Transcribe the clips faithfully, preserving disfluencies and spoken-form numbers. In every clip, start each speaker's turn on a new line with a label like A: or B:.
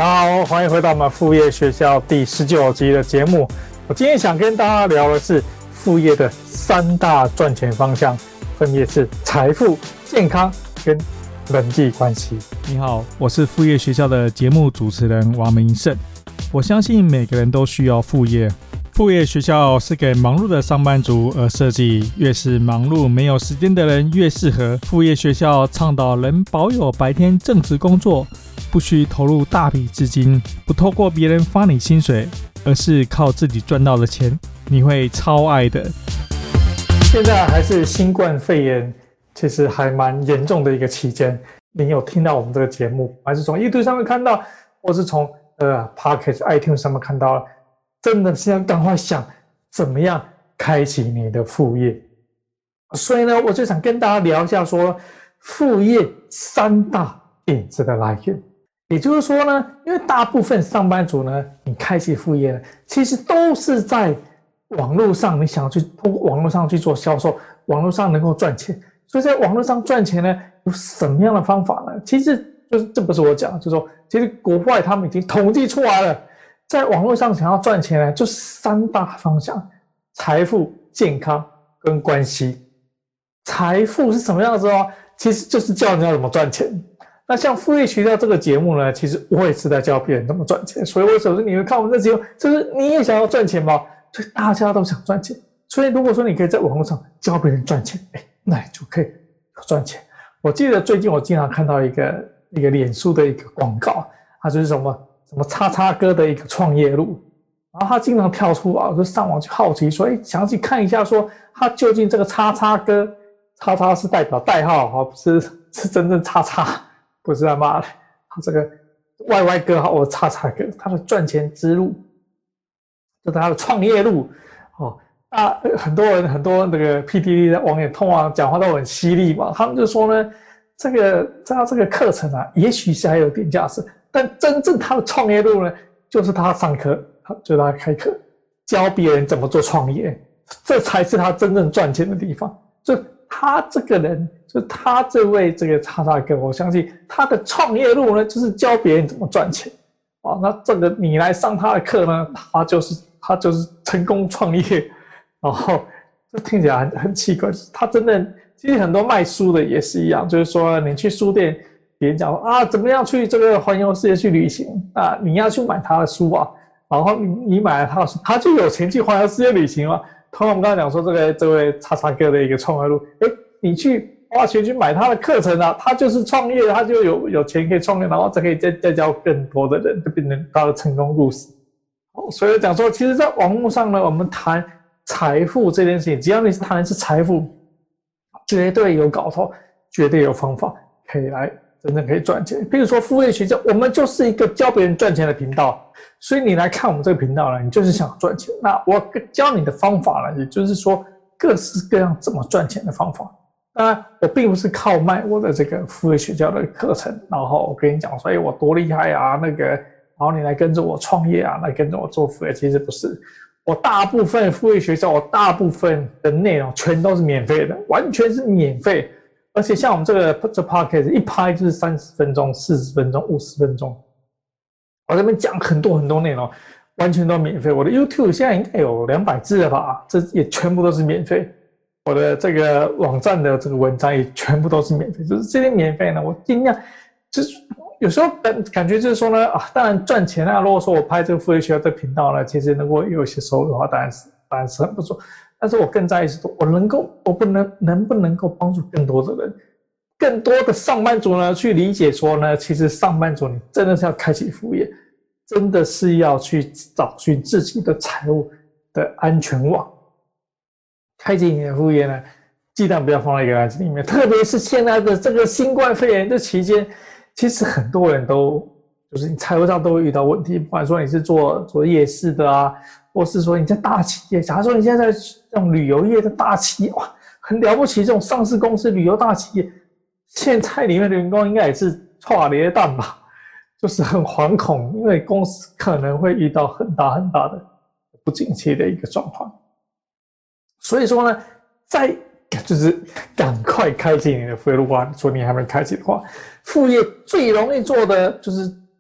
A: 好，欢迎回到我们副业学校第十九集的节目。我今天想跟大家聊的是副业的三大赚钱方向，分别是财富、健康跟人际关系。
B: 你好，我是副业学校的节目主持人王明胜。我相信每个人都需要副业，副业学校是给忙碌的上班族而设计，越是忙碌没有时间的人越适合。副业学校倡导人保有白天正职工作，不需投入大笔资金，不透过别人发你薪水，而是靠自己赚到的钱，你会超爱的。
A: 现在还是新冠肺炎其实还蛮严重的一个期间，你有听到我们这个节目，还是从 YouTube 上面看到，或是从呃 Podcast、iTunes 上面看到了，真的是要赶快想怎么样开启你的副业。所以呢，我就想跟大家聊一下说副业三大点子的来源。也就是说呢，因为大部分上班族呢，你开启副业呢，其实都是在网络上，你想要去通过网络上去做销售，网络上能够赚钱。所以在网络上赚钱呢，有什么样的方法呢？其实就是这不是我讲，就是说，其实国外他们已经统计出来了，在网络上想要赚钱呢，就是三大方向：财富、健康跟关系。财富是什么样子哦？其实就是教人家怎么赚钱。那像副业学校这个节目呢，其实我也是在教别人怎么赚钱，所以为什么你会看我们这节目，就是你也想要赚钱嘛，所以大家都想赚钱。所以如果说你可以在网络上教别人赚钱，哎，那你就可以赚钱。我记得最近我经常看到一个一个脸书的一个广告，它就是什么什么叉叉哥的一个创业路，然后他经常跳出来，我就上网去好奇说，哎，详细看一下说他究竟这个叉叉哥，叉叉是代表代号，不是是真正叉叉。不是他妈的，他这个 Y Y 哥我叉叉哥，他的赚钱之路，就是他的创业路哦。啊，很多人很多那个 P T T 的网友通常讲话都很犀利嘛，他们就说呢，这个他这个课程啊，也许是还有点价值，但真正他的创业路呢，就是他上课，就是他开课，教别人怎么做创业，这才是他真正赚钱的地方。就他这个人，就他这位这个叉叉哥，我相信他的创业路呢，就是教别人怎么赚钱啊。那这个你来上他的课呢，他就是他就是成功创业。然后这听起来很很奇怪，他真的其实很多卖书的也是一样，就是说你去书店，别人讲啊怎么样去这个环游世界去旅行啊，你要去买他的书啊，然后你你买了他的书，他就有钱去环游世界旅行了。同样我们刚才讲说这个这位叉叉哥的一个创业路，诶，你去花钱去买他的课程啊，他就是创业，他就有有钱可以创业，然后再可以再再教更多的人，就变成他的成功故事。所以讲说，其实在网络上呢，我们谈财富这件事情，只要你是谈的是财富，绝对有搞头，绝对有方法可以来真正可以赚钱。比如说副业学校，我们就是一个教别人赚钱的频道，所以你来看我们这个频道呢，你就是想赚钱。那我教你的方法呢，也就是说各式各样怎么赚钱的方法。当然，我并不是靠卖我的这个副业学校的课程，然后我跟你讲说，哎，我多厉害啊，那个，然后你来跟着我创业啊，来跟着我做副业，其实不是。我大部分副业学校，我大部分的内容全都是免费的，完全是免费。而且像我们这个这 podcast 一拍就是三十分钟、四十分钟、五十分钟，我这边讲很多很多内容，完全都免费。我的 YouTube 现在应该有两百支了吧，这也全部都是免费。我的这个网站的这个文章也全部都是免费，就是这些免费呢，我尽量就是有时候感感觉就是说呢，啊，当然赚钱啊。如果说我拍这个副业学校这频道呢，其实如果有一些收入的话，当然是当然是很不错。但是我更在意是说，我能够，我不能能不能够帮助更多的人，更多的上班族呢，去理解说呢，其实上班族你真的是要开启副业，真的是要去找寻自己的财务的安全网。开启你的副业呢，鸡蛋不要放在一个篮子里面，特别是现在的这个新冠肺炎的期间，其实很多人都就是你财务上都会遇到问题，不管说你是做做夜市的啊，或是说你在大企业，假如说你现在在这种旅游业的大企业，哇，很了不起，这种上市公司旅游大企业，现在里面的员工应该也是剉咧蛋吧，就是很惶恐，因为公司可能会遇到很大很大的不景气的一个状况。所以说呢，在就是赶快开启你的副业。如果说你还没开启的话，副业最容易做的就是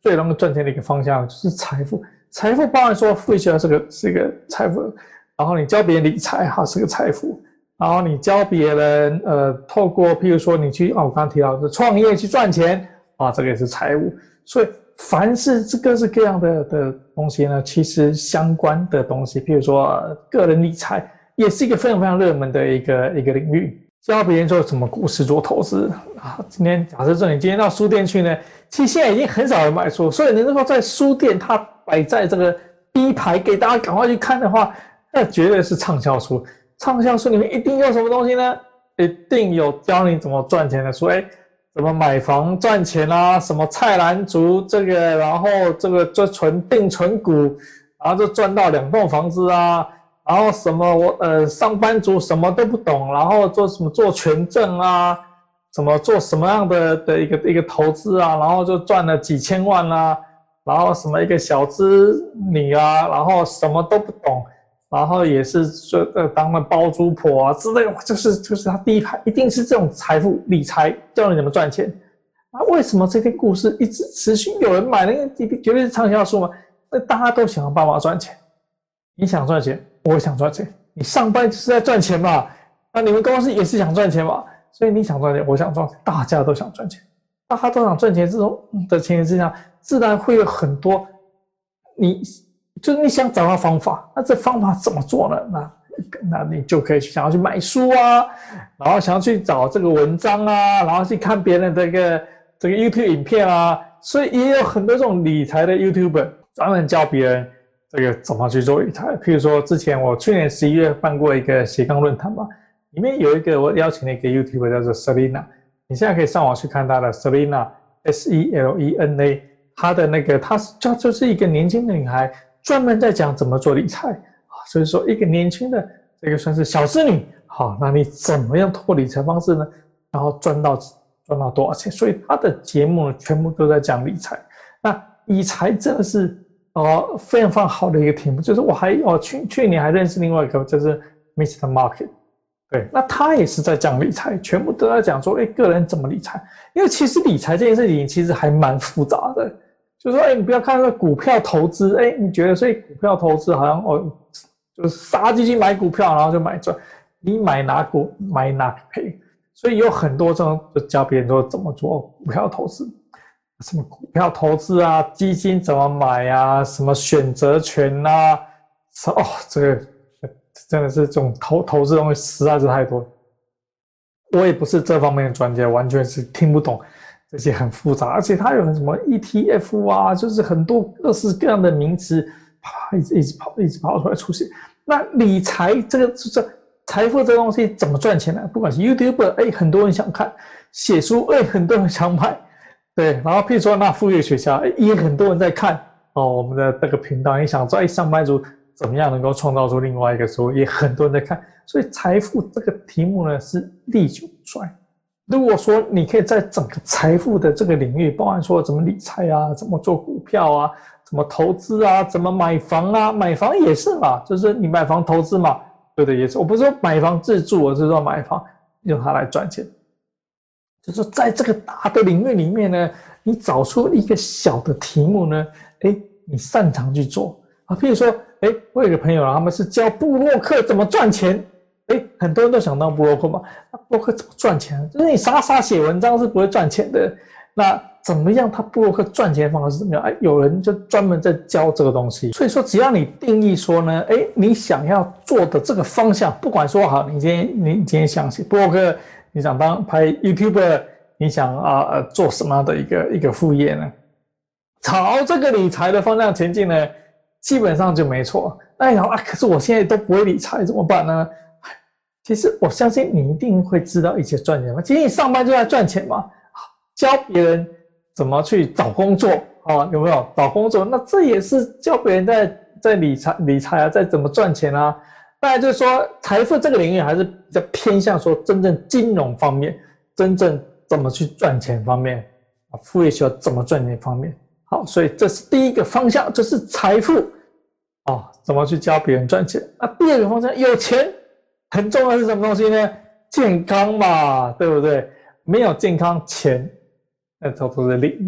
A: 最容易赚钱的一个方向，就是财富。财富包含说富裕学校是个是一个财富，然后你教别人理财，它是个财富，然后你教别人呃，透过譬如说你去啊，我刚刚提到的创业去赚钱啊，这个也是财务。所以凡是这各式各样的的东西呢，其实相关的东西，譬如说、呃、个人理财，也是一个非常非常热门的一个一个领域。教别人做什么股市做投资啊？今天假设说你今天到书店去呢，其实现在已经很少人买书，所以你能够在书店它摆在这个第一排给大家赶快去看的话，那绝对是畅销书。畅销书里面一定有什么东西呢？一定有教你怎么赚钱的书，哎，怎么买房赚钱啊？什么菜篮族这个，然后这个就存定存股，然后就赚到两栋房子啊。然后什么我呃上班族什么都不懂，然后做什么做权证啊，什么做什么样的的一个一个投资啊，然后就赚了几千万啊，然后什么一个小资女啊，然后什么都不懂，然后也是说呃当了包租婆啊之类的，就是就是他第一排一定是这种财富理财教你怎么赚钱。啊，为什么这些故事一直持续有人买呢？因为绝对是畅销书嘛，那大家都想要办法赚钱，你想赚钱。我想赚钱，你上班就是在赚钱嘛，那你们公司也是想赚钱嘛，所以你想赚钱，我想赚钱，大家都想赚钱，大家都想赚钱这种的前提之下，自然会有很多你就是你想找到方法，那这方法怎么做呢？那那你就可以去想要去买书啊，然后想要去找这个文章啊，然后去看别人的这个这个 YouTube 影片啊，所以也有很多这种理财的 YouTuber 专门教别人。这个怎么去做理财？譬如说，之前我去年十一月办过一个斜杠论坛嘛，里面有一个我邀请了一个 YouTuber 叫做 Selena， 你现在可以上网去看她的 Selena S E L E N A， 她的那个她她就是一个年轻的女孩，专门在讲怎么做理财啊。所以说，一个年轻的这个算是小资女，好，那你怎么样通过理财方式呢，然后赚到赚到多少钱？所以她的节目呢，全部都在讲理财。那理财真的是。哦，非常非常好的一个题目，就是我还哦去去年还认识另外一个，就是 Mister Market， 对，那他也是在讲理财，全部都在讲说，哎，个人怎么理财？因为其实理财这件事情其实还蛮复杂的，就是说，哎，你不要看那个股票投资，哎，你觉得所以股票投资好像哦，就是杀进去买股票，然后就买赚，你买哪股买哪赔，所以有很多这种就教别人说怎么做股票投资。什么股票投资啊，基金怎么买啊，什么选择权啊，哦，这个真的是这种投投资东西实在是太多了。我也不是这方面的专家，完全是听不懂这些很复杂，而且它有什么 E T F 啊，就是很多各式各样的名词，啪一直一直跑一直跑出来出现。那理财这个这财富这个东西怎么赚钱呢？不管是 YouTuber， 哎，很多人想看；写书，哎，很多人想买。对，然后譬如说那副业学校也很多人在看哦，我们的这个频道也想说，哎，上班族怎么样能够创造出另外一个收入，也很多人在看，所以财富这个题目呢是历久不衰。如果说你可以在整个财富的这个领域，包含说怎么理财啊，怎么做股票啊，怎么投资啊，怎么买房啊，买房也是嘛，就是你买房投资嘛，对的也是。我不是说买房自住，我是说买房用它来赚钱。就是在这个大的领域里面呢，你找出一个小的题目呢，哎，你擅长去做啊。譬如说，哎，我有一个朋友啊，他们是教部落客怎么赚钱，哎，很多人都想当部落客嘛。那部落客怎么赚钱？就是你傻傻写文章是不会赚钱的。那怎么样？他部落客赚钱的方式是怎么样？哎，有人就专门在教这个东西。所以说，只要你定义说呢，哎，你想要做的这个方向，不管说好，你今天你今天想写部落客。你想当拍 YouTuber， 你想啊、呃、做什么样的一个一个副业呢？朝这个理财的方向前进呢，基本上就没错。哎呀啊，可是我现在都不会理财，怎么办呢？其实我相信你一定会知道一些赚钱嘛。其实你上班就在赚钱嘛，教别人怎么去找工作啊，有没有找工作？那这也是教别人在在理财理财啊，在怎么赚钱啊。当然就是说，财富这个领域还是比较偏向说真正金融方面，真正怎么去赚钱方面啊，副业学校怎么赚钱方面。好，所以这是第一个方向，就是财富哦，怎么去教别人赚钱。那第二个方向，有钱很重要的是什么东西呢？健康嘛，对不对？没有健康，钱那都是零嘛。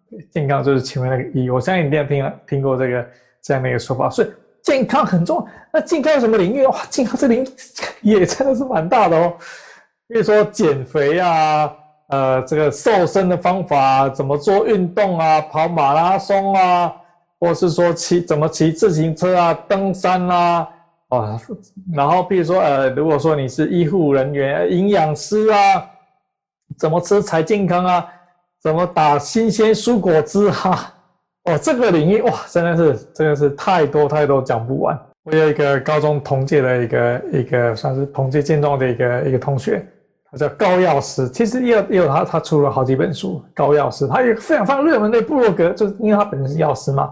A: 健康就是前面那个一，我相信你一定听听过这个这样的一个说法，所以健康很重要。那健康有什么领域？哇，健康这领域也真的是蛮大的哦。比如说减肥啊，呃，这个瘦身的方法啊，怎么做运动啊，跑马拉松啊，或是说骑怎么骑自行车啊，登山啊，啊，然后比如说呃，如果说你是医护人员、营养师啊，怎么吃才健康啊，怎么打新鲜蔬果汁啊，哦，这个领域哇，真的是真的是太多太多讲不完。我有一个高中同届的一个一个算是同届建中的一个一个同学，他叫高药师，其实也有也有他他出了好几本书。高药师他有非常非常热门的部落格，就是因为他本身是药师嘛，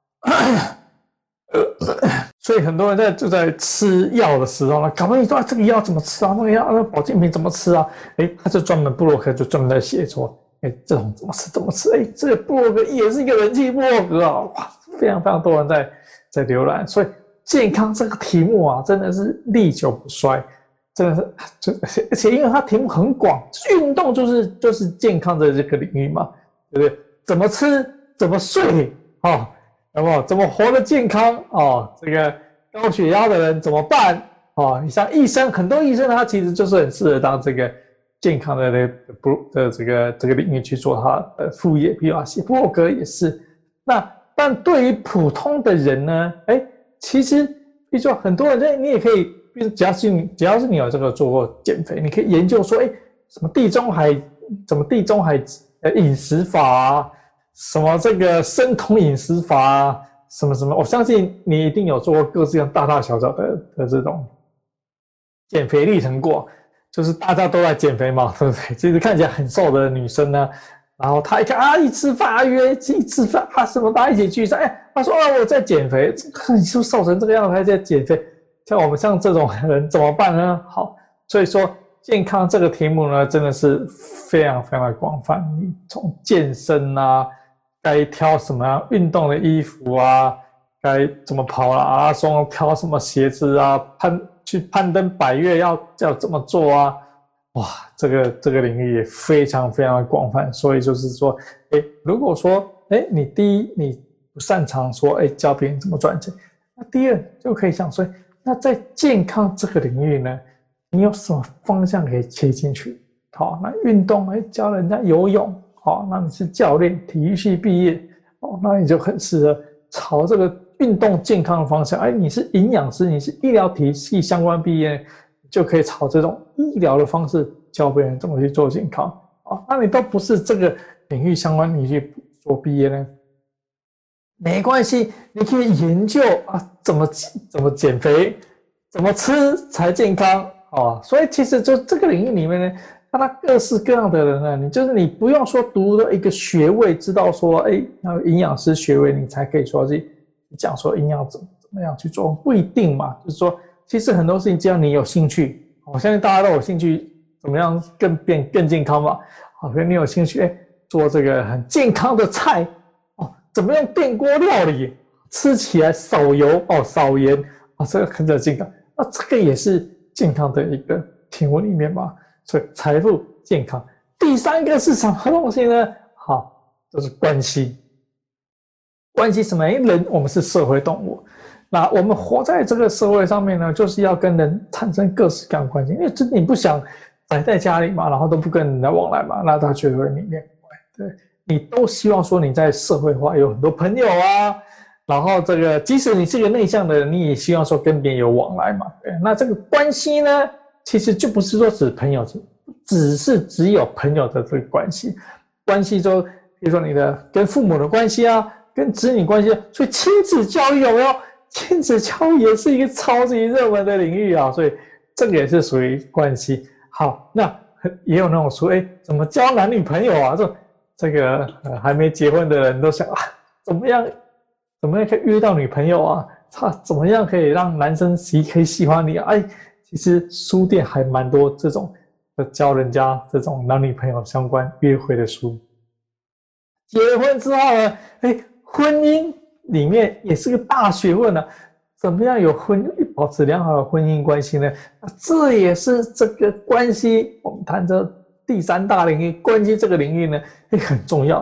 A: 所以很多人在就在吃药的时候呢，搞不懂说、啊、这个药怎么吃啊，那个药那个保健品怎么吃啊？哎，他就专门部落格就专门在写说，哎，这种怎么吃怎么吃？哎，这个部落格也是一个人气部落格啊，哇，非常非常多人在在浏览，所以健康这个题目啊，真的是历久不衰。真的是，而且因为它题目很广，运动就是就是健康的这个领域嘛，对不对？怎么吃，怎么睡，哦，有没有？怎么活得健康哦？这个高血压的人怎么办？哦，你像医生，很多医生他其实就是很适合当这个健康的的不的这个这个领域去做他的副业，比如啊，写部落格也是。那但对于普通的人呢，哎，其实比如说很多人，你也可以。只要是你，只要是你有这个做过减肥，你可以研究说，哎，什么地中海，什么地中海呃饮食法啊，什么这个生酮饮食法啊，什么什么，我相信你一定有做过各式各样大大小小的的这种减肥历程过，就是大家都在减肥嘛，对不对？其实看起来很瘦的女生呢，然后她一看啊，一吃饭啊约一吃饭啊什么，大家一起聚餐，哎，她说啊我在减肥，你是不是瘦成这个样子还在减肥？像我们像这种人怎么办呢？好，所以说健康这个题目呢，真的是非常非常的广泛。你从健身啊，该挑什么样运动的衣服啊，该怎么跑马拉松，挑什么鞋子啊，攀去攀登百岳要要怎么做啊？哇，这个这个领域也非常非常的广泛。所以就是说，哎，如果说哎你第一你不擅长说哎教别人怎么赚钱，那第二就可以想说。那在健康这个领域呢，你有什么方向可以切进去？好，那运动哎，教人家游泳，好，那你是教练，体育系毕业，哦，那你就很适合朝这个运动健康的方向。哎，你是营养师，你是医疗体系相关毕业，就可以朝这种医疗的方式教别人怎么去做健康。啊，那你都不是这个领域相关，你去做毕业呢？没关系，你可以研究啊，怎么怎么减肥，怎么吃才健康哦。所以其实就这个领域里面呢，它各式各样的人呢，你就是你不用说读了一个学位，知道说，哎，要营养师学位，你才可以说去讲说营养怎么怎么样去做，不一定嘛。就是说，其实很多事情只要你有兴趣，我相信大家都有兴趣，怎么样更变更健康嘛。好，所以你有兴趣，哎，做这个很健康的菜。怎么样电锅料理吃起来少油哦少盐哦，这个很有健康，那这个也是健康的一个题目里面嘛。所以财富健康，第三个是什么东西呢？好，就是关系。关系什么？因为人我们是社会动物，那我们活在这个社会上面呢，就是要跟人产生各式各样的关系。因为这你不想宅在家里嘛，然后都不跟人家往来嘛，那他就会你恋怪，对。你都希望说你在社会化有很多朋友啊，然后这个即使你是个内向的人，你也希望说跟别人有往来嘛。对，那这个关系呢，其实就不是说指朋友，只是只有朋友的这个关系。关系就比如说你的跟父母的关系啊，跟子女关系啊，所以亲子教育有没有？亲子教育也是一个超级热门的领域啊，所以这个也是属于关系。好，那也有那种说，哎，怎么交男女朋友啊？这这个、呃、还没结婚的人都想啊，怎么样，怎么样可以约到女朋友啊？他怎么样可以让男生喜可以喜欢你啊？哎，其实书店还蛮多这种教人家这种男女朋友相关约会的书。结婚之后呢，哎，婚姻里面也是个大学问啊，怎么样有婚保持良好的婚姻关系呢？这也是这个关系，我们谈这第三大领域关系这个领域呢，也很重要的。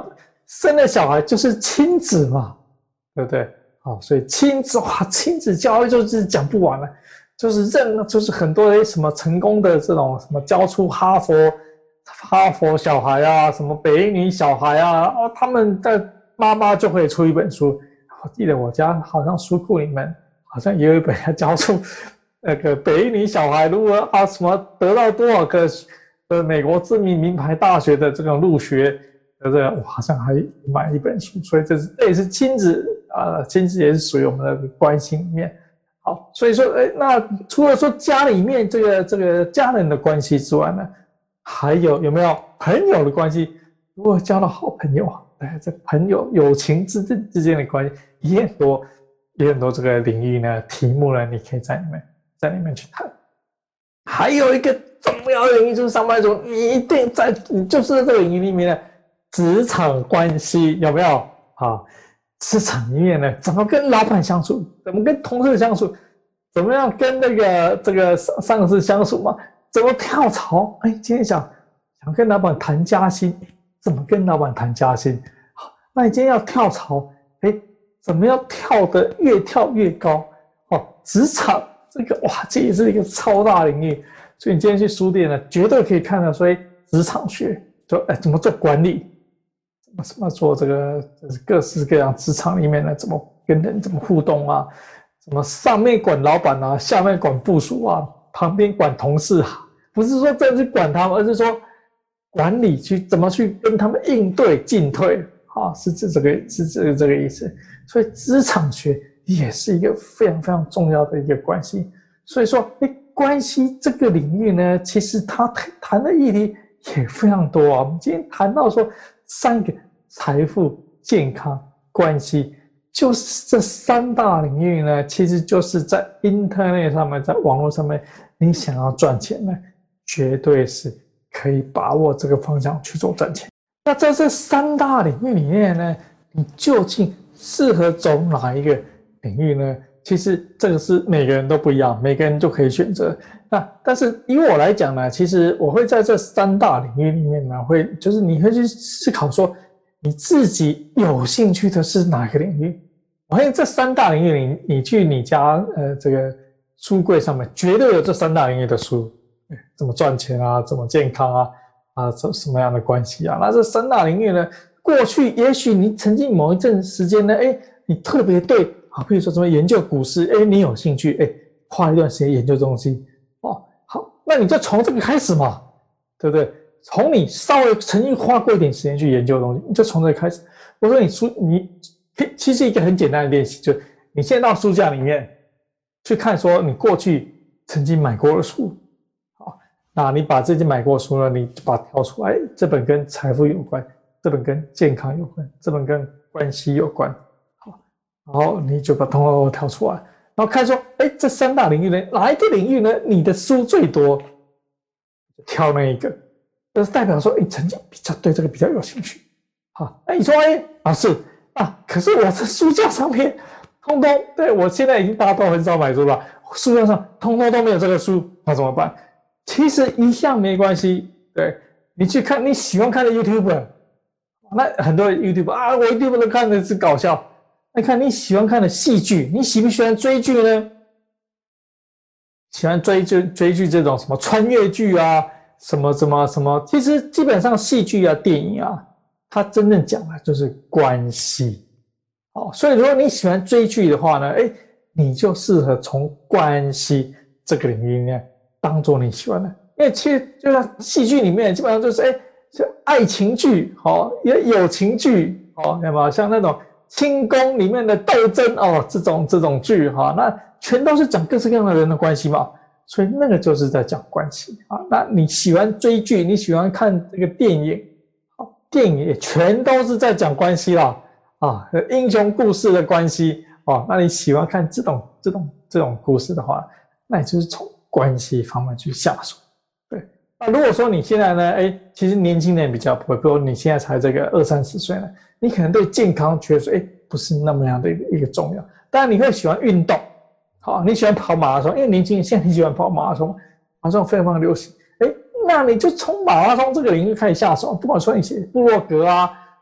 A: 生了小孩就是亲子嘛，对不对？好，所以亲子哇，亲子教育就是讲不完了，就是任就是很多的什么成功的这种什么教出哈佛哈佛小孩啊，什么北一女小孩啊，哦，他们的妈妈就会出一本书。我记得我家好像书库里面好像也有一本要教出那个北一女小孩如果啊什么得到多少个呃美国知名名牌大学的这种入学。对不对？我好像还买一本书，所以这是这也是亲子啊、呃，亲子也是属于我们的关系里面。好，所以说，哎，那除了说家里面这个这个家人的关系之外呢，还有有没有朋友的关系？如果交到好朋友啊，哎，这朋友友情之之间的关系也很多，也很多这个领域呢，题目呢，你可以在里面在里面去谈。还有一个重要的领域就是上班族，你一定在你就是在这个领域里面呢。职场关系有没有？好，职场里面呢，怎么跟老板相处？怎么跟同事相处？怎么样跟那个这个上司相处嘛？怎么跳槽？哎，今天想想跟老板谈加薪，怎么跟老板谈加薪？好，那你今天要跳槽，哎，怎么样跳得越跳越高？哦，职场这个哇，这也是一个超大领域，所以你今天去书店呢，绝对可以看到说，哎，职场学，就哎怎么做管理。怎么做这个各式各样职场里面呢？怎么跟人怎么互动啊？怎么上面管老板啊，下面管部属啊，旁边管同事啊？不是说真的去管他们，而是说管理去怎么去跟他们应对进退啊？是这这个是这个这个意思。所以职场学也是一个非常非常重要的一个关系。所以说，哎，关系这个领域呢，其实他谈的议题也非常多啊。我们今天谈到说。三个财富、健康、关系，就是这三大领域呢，其实就是在 Internet 上面，在网络上面，你想要赚钱呢，绝对是可以把握这个方向去做赚钱。那在这三大领域里面呢，你究竟适合走哪一个领域呢？其实这个是每个人都不一样，每个人都可以选择。那但是以我来讲呢，其实我会在这三大领域里面呢，会就是你会去思考说，你自己有兴趣的是哪个领域？我发现这三大领域里，你去你家呃这个书柜上面，绝对有这三大领域的书，怎么赚钱啊，怎么健康啊，啊什什么样的关系啊？那这三大领域呢，过去也许你曾经某一阵时间呢，哎，你特别对。好，比如说什么研究股市，哎，你有兴趣，哎，花一段时间研究东西，哦，好，那你就从这个开始嘛，对不对？从你稍微曾经花过一点时间去研究的东西，你就从这个开始。我说你书，你其实一个很简单的练习，就你现在到书架里面去看，说你过去曾经买过的书，好，那你把这些买过的书呢，你把它挑出来，这本跟财富有关，这本跟健康有关，这本跟关系有关。然后你就把通通都挑出来，然后看说，哎，这三大领域呢，哪一个领域呢？你的书最多，挑那一个，这是代表说，你曾经比较对这个比较有兴趣。好，哎，你说，哎，老师啊，可是我这书架上面，通通对我现在已经大家都很少买书了，书架上通通都没有这个书，那怎么办？其实一项没关系，对你去看你喜欢看的 YouTube， 那很多 YouTube 啊，我 YouTube 都看的是搞笑。那看你喜欢看的戏剧，你喜不喜欢追剧呢？喜欢追追追剧这种什么穿越剧啊，什么什么什么，其实基本上戏剧啊、电影啊，它真正讲的就是关系。好，所以如果你喜欢追剧的话呢，哎，你就适合从关系这个领域里面当做你喜欢的，因为其实就像戏剧里面基本上就是哎，就爱情剧，好，也友情剧，好，有没有像那种。清宫里面的斗争哦，这种这种剧哈，那全都是讲各式各样的人的关系嘛，所以那个就是在讲关系啊。那你喜欢追剧，你喜欢看这个电影，好，电影也全都是在讲关系啦啊，英雄故事的关系哦。那你喜欢看这种这种这种故事的话，那你就是从关系方面去下手。对，那如果说你现在呢，哎，其实年轻人比较不会，比如你现在才这个二三十岁呢。你可能对健康觉得说，哎，不是那么样的一个一个重要。当然你会喜欢运动，好，你喜欢跑马拉松，因为年轻人现在很喜欢跑马拉松，马拉松非常非常流行。哎，那你就从马拉松这个领域开始下手，不管说你写部落格啊，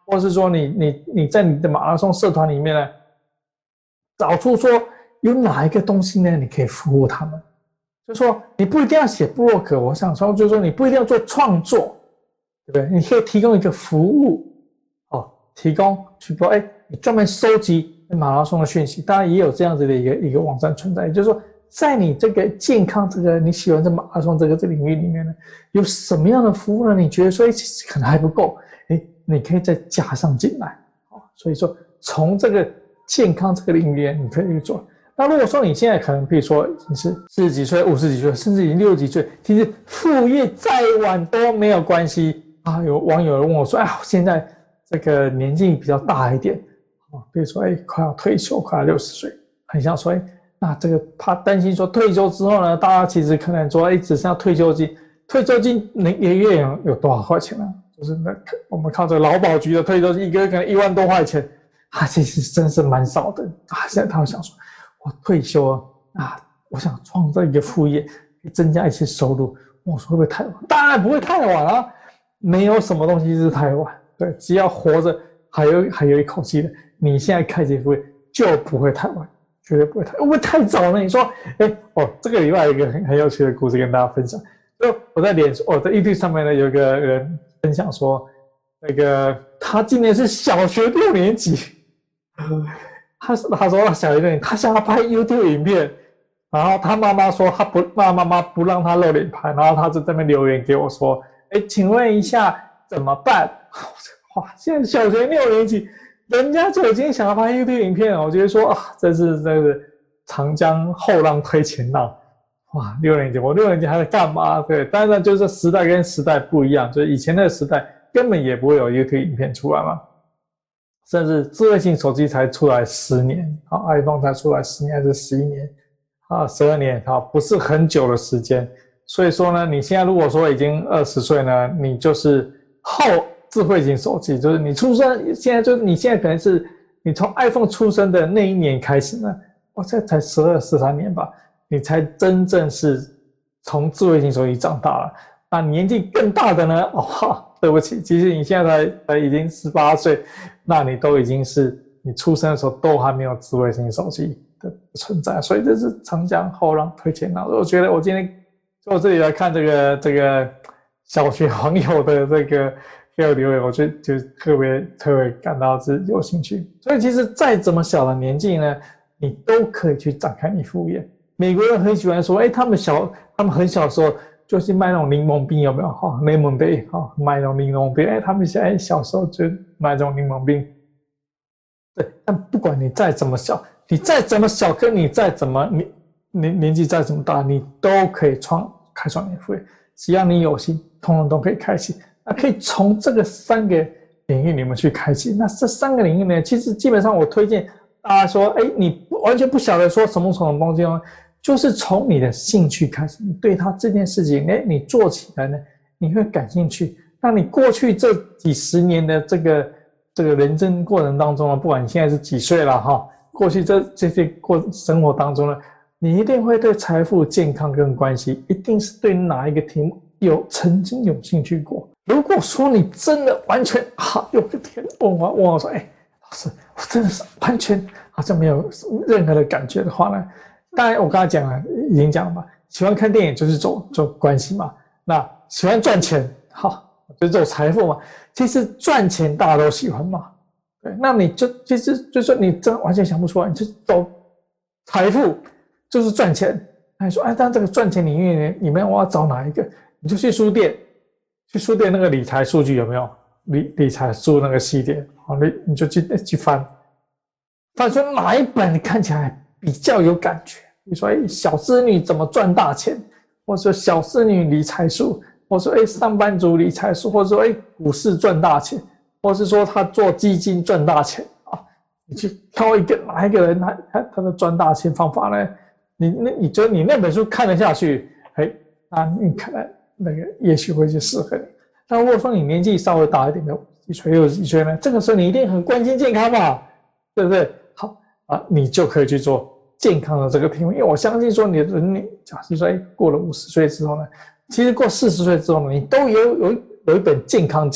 A: 或是说你你你在你的马拉松社团里面呢，找出说有哪一个东西呢，你可以服务他们。就说你不一定要写部落格，我想说就是说你不一定要做创作，对不对？你可以提供一个服务，哦，提供去说，哎，你专门收集马拉松的讯息，当然也有这样子的一个一个网站存在。也就是说，在你这个健康这个你喜欢这马拉松这个这个领域里面呢，有什么样的服务呢？你觉得说，哎，其实可能还不够，哎，你可以再加上进来，哦，所以说从这个健康这个领域你可以去做。那如果说你现在可能比如说你是四十几岁、五十几岁，甚至已经六十几岁，其实副业再晚都没有关系啊。有网友问我说：“哎，现在这个年纪比较大一点，啊，比如说哎快要退休，快要六十岁，很想说哎，那这个怕担心说退休之后呢，大家其实可能说哎只剩下退休金，退休金能一个月有有多少块钱呢？就是那我们靠这个劳保局的退休金，一个月可能一万多块钱，啊，其实真是蛮少的啊。现在他会想说。”我退休了啊，我想创造一个副业，增加一些收入。我说会不会太晚？当然不会太晚啊，没有什么东西是太晚。对，只要活着还有还有一口气的，你现在开启副业就不会太晚，绝对不会太。会不会太早呢？你说，哎哦，这个礼拜有一个很很有趣的故事跟大家分享。就我在脸书，我在 YouTube 上面呢，有一个人分享说，那个他今年是小学六年级。他他说小学六年，他想要拍 YouTube 影片，然后他妈妈说他不，妈妈妈不让他露脸拍，然后他就在那边留言给我说：“哎，请问一下怎么办？”哇，现在小学六年级，人家就已经想要拍 YouTube 影片了。我觉得说啊，这是这个长江后浪推前浪，哇，六年级，我六年级还在干嘛？对，当然就是时代跟时代不一样，就是以前那个时代根本也不会有 YouTube 影片出来嘛。甚至智慧型手机才出来十年啊 ，iPhone 才出来十年还是十一年啊，十二年啊，不是很久的时间。所以说呢，你现在如果说已经二十岁呢，你就是后智慧型手机，就是你出生现在就是你现在可能是你从 iPhone 出生的那一年开始呢，哇，这才十二十三年吧，你才真正是从智慧型手机长大了。那年纪更大的呢，哦。对不起，其实你现在才才已经十八岁，那你都已经是你出生的时候都还没有智慧型手机的存在，所以这是长江后浪推前浪。我觉得我今天就我这里来看这个这个小学网友的这个这个留言，我就就特别特别感到是有兴趣。所以其实再怎么小的年纪呢，你都可以去展开你副业。美国人很喜欢说，哎，他们小他们很小的时候。就是卖那种柠檬冰，有没有哈？柠檬杯哈，卖那种柠檬冰。哎，他们现在小时候就卖这种柠檬冰。对，但不管你再怎么小，你再怎么小，跟你再怎么年年年纪再怎么大，你都可以创开创你的副业，只要你有心，通通都可以开启。那可以从这个三个领域里面去开启。那这三个领域呢，其实基本上我推荐大家说，哎，你完全不晓得说什么什么东西哦。就是从你的兴趣开始，你对他这件事情，哎，你做起来呢，你会感兴趣。那你过去这几十年的这个这个人生过程当中呢，不管你现在是几岁了哈，过去这这些过生活当中呢，你一定会对财富、健康跟关系，一定是对哪一个题目有曾经有兴趣过。如果说你真的完全哈，有个天问我问我说，哎，老师，我真的是完全好像没有任何的感觉的话呢？当然，我刚才讲了，已经讲了嘛。喜欢看电影就是走走关系嘛。那喜欢赚钱，好，就是走财富嘛。其实赚钱大家都喜欢嘛。对，那你就其实就说你真的完全想不出来，你就走财富就是赚钱。那你说，哎，但这个赚钱领域里面我要找哪一个？你就去书店，去书店那个理财数据有没有？理理财书那个系列，好，你你就去去翻，翻出哪一本你看起来比较有感觉。你说，哎，小资女怎么赚大钱？或者说小资女理财术，或者说，哎，上班族理财术，或者说，哎，股市赚大钱，或是说他做基金赚大钱啊？你去挑一个哪一个人他他他的赚大钱方法呢？你那你觉得你那本书看得下去？哎，那你可能那个也许会去适合你。那如果说你年纪稍微大一点的，几岁六十几岁呢？这个时候你一定很关心健康嘛，对不对？好啊，你就可以去做健康的这个评估，因为我相信说你的人，你假设说，哎，过了五十岁之后呢，其实过四十岁之后呢，你都有有有一本健康经，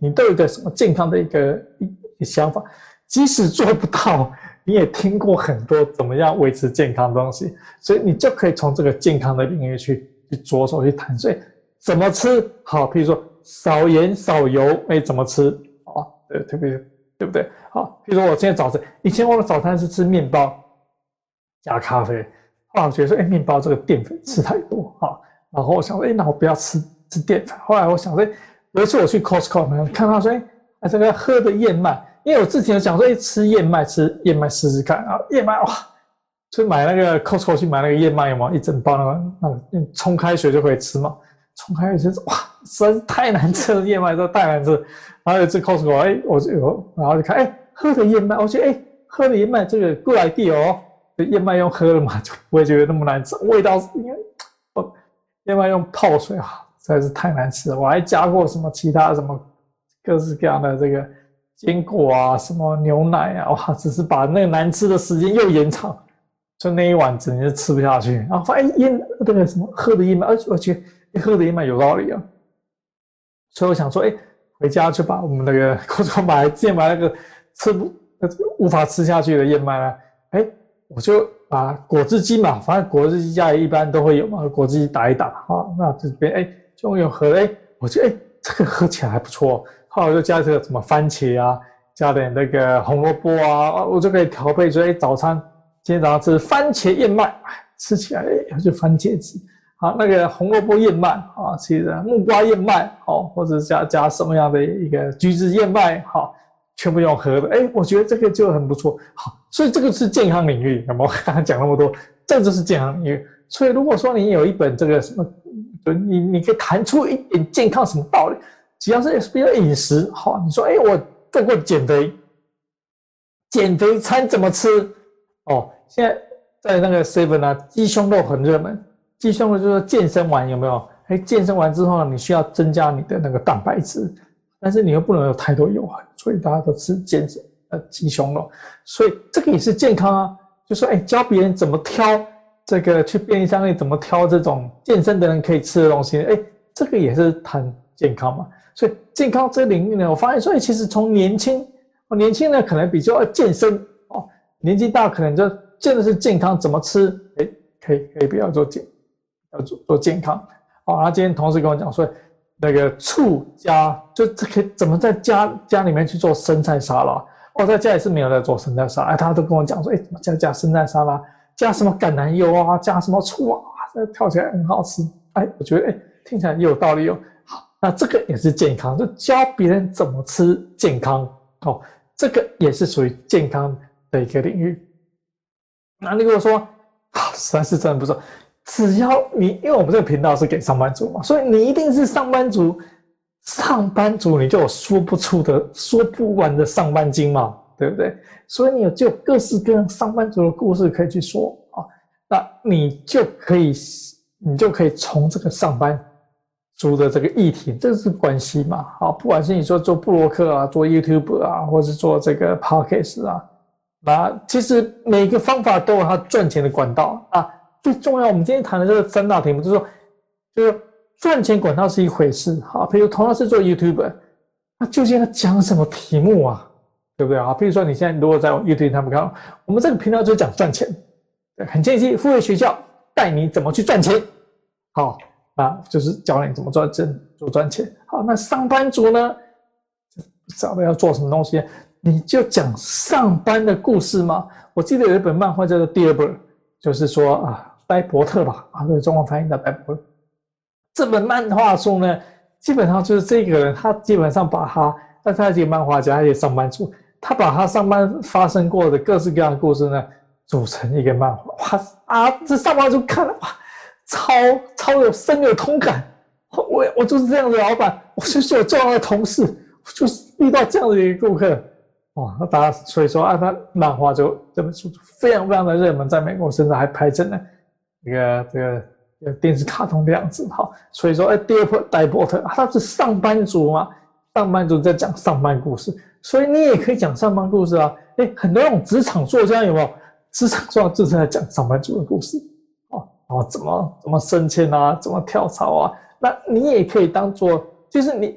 A: 你都有一个什么健康的一个一个想法，即使做不到，你也听过很多怎么样维持健康的东西，所以你就可以从这个健康的领域去去着手去谈。所以怎么吃好，譬如说少盐少油，哎，怎么吃啊？对，特别对不对？好，譬如说我现在早晨，以前我的早餐是吃面包加咖啡，后来我觉得说，哎，面包这个淀粉吃太多啊，然后我想说，哎，那我不要吃吃淀粉。后来我想说，有一次我去 Costco 看到说，哎，这个喝的燕麦，因为我之前有想说，哎，吃燕麦，吃燕麦试试看啊，燕麦哇，去买那个 Costco 去买那个燕麦有没有一整包那个那个用冲开水就可以吃嘛？冲开水哇，实在是太难吃了，燕麦都太难吃。然后有一次 Costco， 哎，我就有，然后就看，哎，喝的燕麦，我觉得哎，喝的燕麦这个 good idea 哦。燕麦用喝的嘛，就不会觉得那么难吃。味道是因为哦，燕麦用泡水啊，实在是太难吃了。我还加过什么其他什么各式各样的这个坚果啊，什么牛奶啊，哇，只是把那个难吃的时间又延长，就那一碗整就吃不下去。然后发现燕那个什么喝的燕麦，而且我觉得喝的燕麦有道理啊，所以我想说，哎，回家就把我们那个或者买之前买那个吃不无法吃下去的燕麦呢，哎。我就把果汁机嘛，反正果汁机家里一般都会有嘛，果汁机打一打啊，那这边哎就用喝，哎，我觉得哎这个喝起来还不错，后来我就加这个什么番茄啊，加点那个红萝卜啊，我就可以调配，所以早餐今天早上吃番茄燕麦，吃起来哎就番茄汁，好那个红萝卜燕麦啊，其实木瓜燕麦好，或者加加什么样的一个橘子燕麦好。全部用喝的，哎，我觉得这个就很不错。好，所以这个是健康领域，那么我刚刚讲那么多，这就是健康领域。所以如果说你有一本这个什么，你你可以谈出一点健康什么道理，只要是比如饮食，好，你说，哎，我做过减肥，减肥餐怎么吃？哦，现在在那个 seven 啊，鸡胸肉很热门，鸡胸肉就是健身完有没有？哎，健身完之后呢，你需要增加你的那个蛋白质。但是你又不能有太多油含，所以大家都吃健身呃鸡胸肉，所以这个也是健康啊。就说哎，教别人怎么挑这个去便利商店怎么挑这种健身的人可以吃的东西，哎，这个也是谈健康嘛。所以健康这个领域呢，我发现说，其实从年轻，年轻人可能比较健身哦，年纪大可能就真的是健康怎么吃，哎，可以可以不要做健，要做做健康。好，他今天同事跟我讲说。那个醋加就这个怎么在家家里面去做生菜沙拉？我在家里是没有在做生菜沙拉，哎，他都跟我讲说，哎，怎么加加生菜沙拉，加什么橄榄油啊，加什么醋啊，这跳起来很好吃。哎，我觉得哎，听起来也有道理哦。好，那这个也是健康，就教别人怎么吃健康哦，这个也是属于健康的一个领域。那如果说，啊，实在是真的不错。只要你，因为我们这个频道是给上班族嘛，所以你一定是上班族，上班族你就有说不出的、说不完的上班经嘛，对不对？所以你有就各式各样上班族的故事可以去说啊，那你就可以，你就可以从这个上班族的这个议题，这是关系嘛，啊，不管是你说做部落客啊，做 YouTube 啊，或是做这个 Podcast 啊，那其实每个方法都有它赚钱的管道啊。最重要，我们今天谈的这个三大题目，就是说，就是赚钱管道是一回事，好，比如同样是做 YouTuber， 那究竟要讲什么题目啊？对不对啊？比如说你现在如果在 YouTube 他们看，我们这个频道就讲赚钱，对，很建议付费学校带你怎么去赚钱，好，那就是教你怎么赚钱，做赚钱。好，那上班族呢，不知道要做什么东西，你就讲上班的故事嘛。我记得有一本漫画叫做《第二本》，就是说啊。呆伯特吧，啊，对，中文翻译的呆伯特。这本漫画书呢，基本上就是这个人，他基本上把他，但他是一个漫画家，他也上班族，他把他上班发生过的各式各样的故事呢，组成一个漫画。哇啊，这上班族看了哇，超超有深有同感。我我就是这样的老板，我就是有这样的同事，我就是遇到这样的一个顾客。哇，那大家所以说啊，他漫画就这本书非常非常的热门，在美国甚至还拍成了。这个这个电视卡通的样子，好，所以说，哎，第二波戴伯特，他是上班族嘛，上班族在讲上班故事，所以你也可以讲上班故事啊。哎，很多那种职场作家有没有？职场作家就是在讲上班族的故事，哦，然后怎么怎么升迁啊，怎么跳槽啊，那你也可以当做，就是你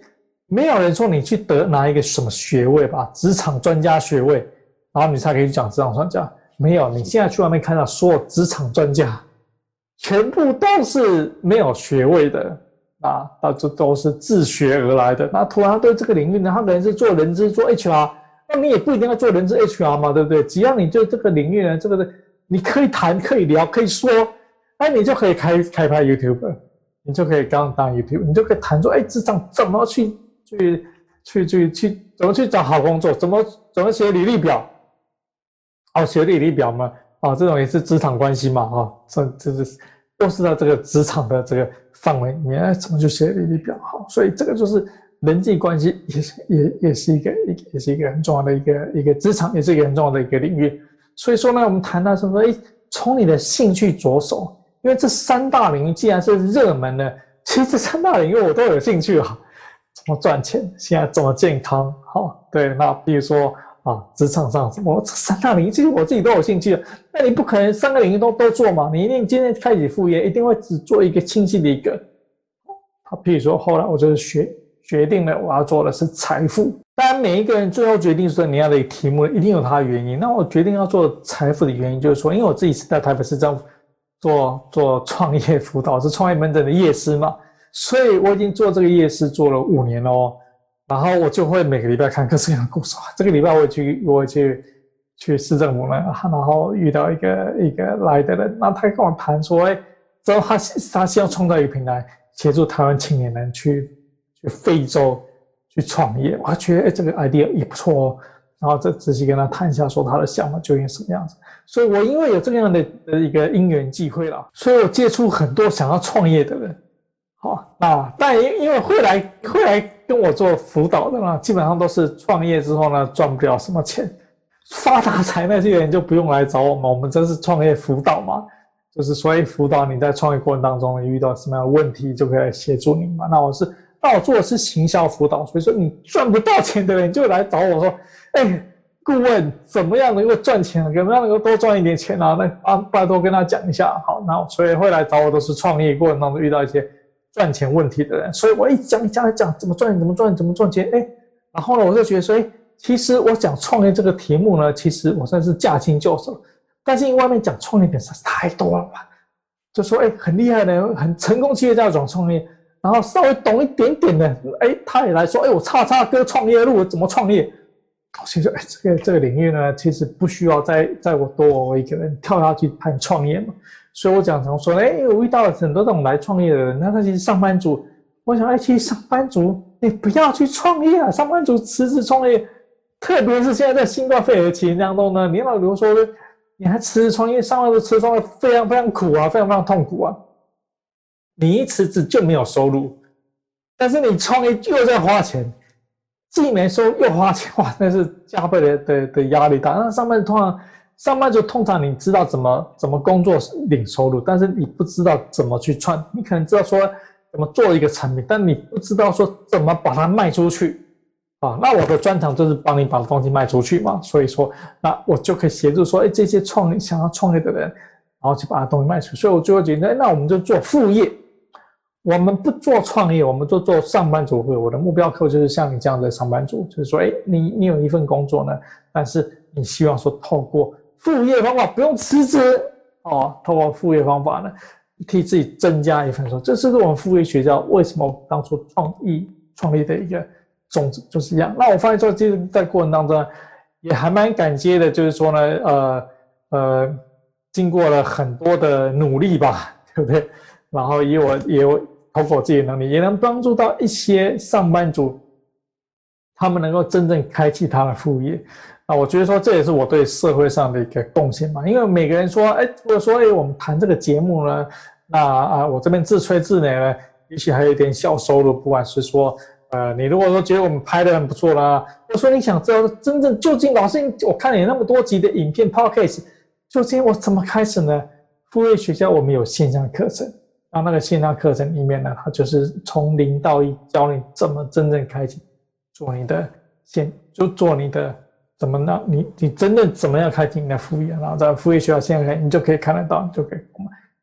A: 没有人说你去得拿一个什么学位吧，职场专家学位，然后你才可以去讲职场专家。没有，你现在去外面看到所有职场专家，全部都是没有学位的啊，那这都是自学而来的。那突然他对这个领域呢，他可能是做人资、做 H R， 那你也不一定要做人资 H R 嘛，对不对？只要你对这个领域呢，这个你可以谈、可以聊、可以说，哎，你就可以开开拍 YouTube， 你就可以刚当 YouTube， 你就可以谈说，哎，职场怎么去去去去去怎么去找好工作，怎么怎么写履历表。哦，学历履历表嘛，啊，这种也是职场关系嘛，哈、啊，这这是都是在这个职场的这个范围里面，哎，怎么去写履历表？好，所以这个就是人际关系也是也也是一个也是一个很重要的一个一个职场，也是一个很重要的一个领域。所以说呢，我们谈到说，哎，从你的兴趣着手，因为这三大领域既然是热门的，其实这三大领域我都有兴趣啊，怎么赚钱，现在怎么健康，好，对，那比如说。啊，职场上我这三大领域其实我自己都有兴趣的，那你不可能三个领域都都做嘛？你一定今天开始副业，一定会只做一个清晰的一个。好，譬如说后来我就是决决定了我要做的是财富。当然每一个人最后决定说你要的题目一定有它的原因。那我决定要做财富的原因就是说，因为我自己是在台北市政府做做创业辅导，是创业门诊的业师嘛，所以我已经做这个业师做了五年了哦。然后我就会每个礼拜看各式各样的故事。这个礼拜我也去，我也去去市政府呢，然后遇到一个一个来的人，那他跟我谈说，哎，之后他他希望创造一个平台，协助台湾青年人去去非洲去创业。我觉得哎，这个 idea 也不错哦。然后再仔细跟他谈一下，说他的想法究竟什么样子。所以我因为有这样的一个因缘际会了，所以我接触很多想要创业的人。好，那但因为会来会来跟我做辅导的呢，基本上都是创业之后呢赚不了什么钱，发大财那些人就不用来找我们，我们这是创业辅导嘛，就是所以辅导你在创业过程当中你遇到什么样的问题，就可以协助你嘛。那我是那我做的是行销辅导，所以说你赚不到钱的人就来找我说，哎，顾问怎么样能够赚钱，怎么样能够多赚一点钱啊？那拜托跟他讲一下。好，那所以会来找我都是创业过程当中遇到一些赚钱问题的人，所以我一讲一讲一讲怎么赚钱怎么赚钱怎么赚钱，哎，然后呢我就觉得说，哎，其实我讲创业这个题目呢，其实我算是驾轻就熟，但是因为外面讲创业点实在太多了嘛，就说哎很厉害的很成功企业家讲创业，然后稍微懂一点点的，哎，他也来说，哎，我叉叉哥创业路怎么创业？所以说，哎，这个这个领域呢，其实不需要再再我多我一个人跳下去谈创业嘛。所以我讲成说，哎，我遇到了很多这种来创业的人，那他其实上班族，我想，哎，其实上班族你不要去创业啊，上班族辞职创业，特别是现在在新冠肺炎的期间当中呢，你老比如说，你还辞职创业，上班族辞职创业非常非常苦啊，非常非常痛苦啊。你一辞职就没有收入，但是你创业又在花钱，既没收又花钱，哇，那是加倍的的的压力大。那上班族通常。上班族通常你知道怎么怎么工作领收入，但是你不知道怎么去创，你可能知道说怎么做一个产品，但你不知道说怎么把它卖出去啊。那我的专长就是帮你把东西卖出去嘛，所以说那我就可以协助说，哎，这些创业想要创业的人，然后去把它东西卖出去。所以我就会觉得，那我们就做副业，我们不做创业，我们就做上班族。我的目标客户就是像你这样的上班族，就是说，哎，你你有一份工作呢，但是你希望说透过副业方法不用辞职哦，透过副业方法呢，替自己增加一份收入。这是我们副业学校为什么当初创意创立的一个宗旨，就是这样。那我发现说，其实在过程当中也还蛮感谢的，就是说呢，呃呃，经过了很多的努力吧，对不对？然后也有也有透过自己的能力，也能帮助到一些上班族，他们能够真正开启他的副业。那我觉得说这也是我对社会上的一个贡献嘛，因为每个人说，哎，如果说，哎，我们谈这个节目呢，那啊，我这边自吹自擂呢，也许还有一点小收入，不管是说，呃，你如果说觉得我们拍得很不错啦，或者说你想知道真正究竟老师，我看你那么多集的影片 podcast， 究竟我怎么开始呢？副业学校我们有线上课程，那那个线上课程里面呢，它就是从零到一教你怎么真正开启做你的线，就做你的。怎么呢？你你真正怎么样开启你的副业？然后在副业学校现在你就可以看得到，你就可以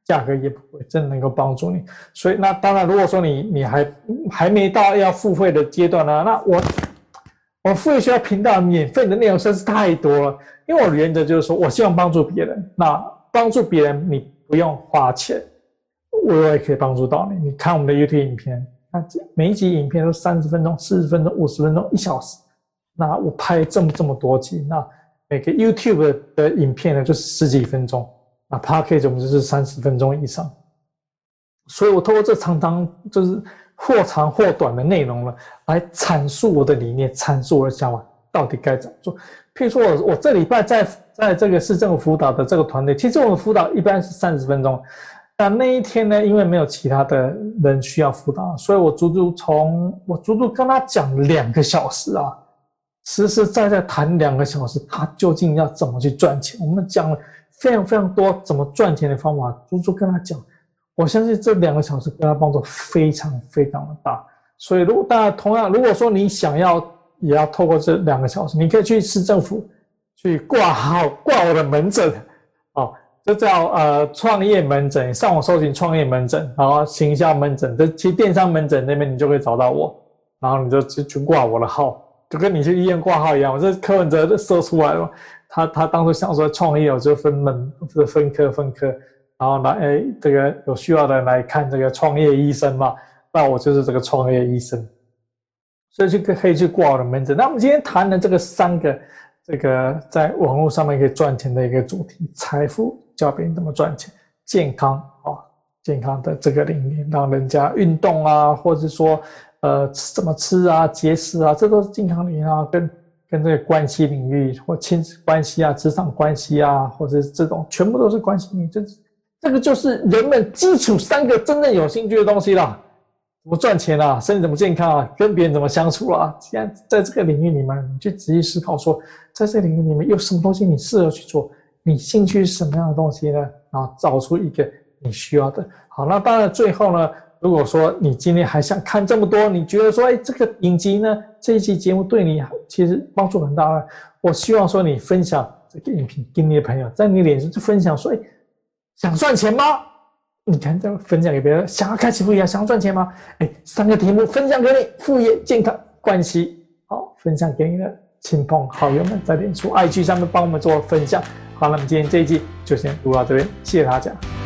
A: 价格也不贵，真的能够帮助你。所以那当然，如果说你你还还没到要付费的阶段呢，那我我付费学校频道免费的内容真是太多了。因为我的原则就是说我希望帮助别人，那帮助别人你不用花钱，我也可以帮助到你。你看我们的 YouTube 影片，那每一集影片都三十分钟、四十分钟、五十分钟、一小时。那我拍这么这么多集，那每个 YouTube 的影片呢就是十几分钟，那 Podcast 我们就是三十分钟以上。所以我透过这常常就是或长或短的内容呢，来阐述我的理念，阐述我的想法到底该怎么做。譬如说我我这礼拜在在这个市政府辅导的这个团队，其实我们辅导一般是三十分钟，那那一天呢，因为没有其他的人需要辅导，所以我足足从我足足跟他讲两个小时啊，实实在在谈两个小时，他究竟要怎么去赚钱？我们讲了非常非常多怎么赚钱的方法，足足跟他讲。我相信这两个小时对他帮助非常非常的大。所以如果当然同样，如果说你想要也要透过这两个小时，你可以去市政府去挂号挂我的门诊，哦，这叫呃创业门诊，上网搜寻创业门诊，然后行销门诊，这其实电商门诊那边你就可以找到我，然后你就去挂我的号。就跟你去医院挂号一样，我这柯文哲设出来了，他他当初想说创业，我就分门分科分科，然后来哎这个有需要的人来看这个创业医生嘛，那我就是这个创业医生，所以就可以去挂我的门诊。那我们今天谈的这个三个这个在网络上面可以赚钱的一个主题，财富教别人怎么赚钱，健康啊、哦，健康的这个领域，让人家运动啊，或者说。呃，怎么吃啊，节食啊，这都是健康领域啊，跟跟这个关系领域或亲子关系啊、职场关系啊，或者是这种，全部都是关系领域。这这个就是人们基础三个真正有兴趣的东西啦。怎么赚钱啊，身体怎么健康啊，跟别人怎么相处啊。既然在这个领域里面，你去仔细思考说，在这个领域里面有什么东西你适合去做，你兴趣是什么样的东西呢？然后找出一个你需要的。好，那当然最后呢。如果说你今天还想看这么多，你觉得说，哎，这个影集呢，这一期节目对你其实帮助很大了。我希望说你分享这个影片给你的朋友，在你脸上就分享说，哎，想赚钱吗？你看这样分享给别人，想要开启副业，想要赚钱吗？哎，三个题目分享给你，副业、健康、关系，好，分享给你的亲朋好友们，在脸书、I G 上面帮我们做分享。好，那么今天这一集就先录到这边，谢谢大家。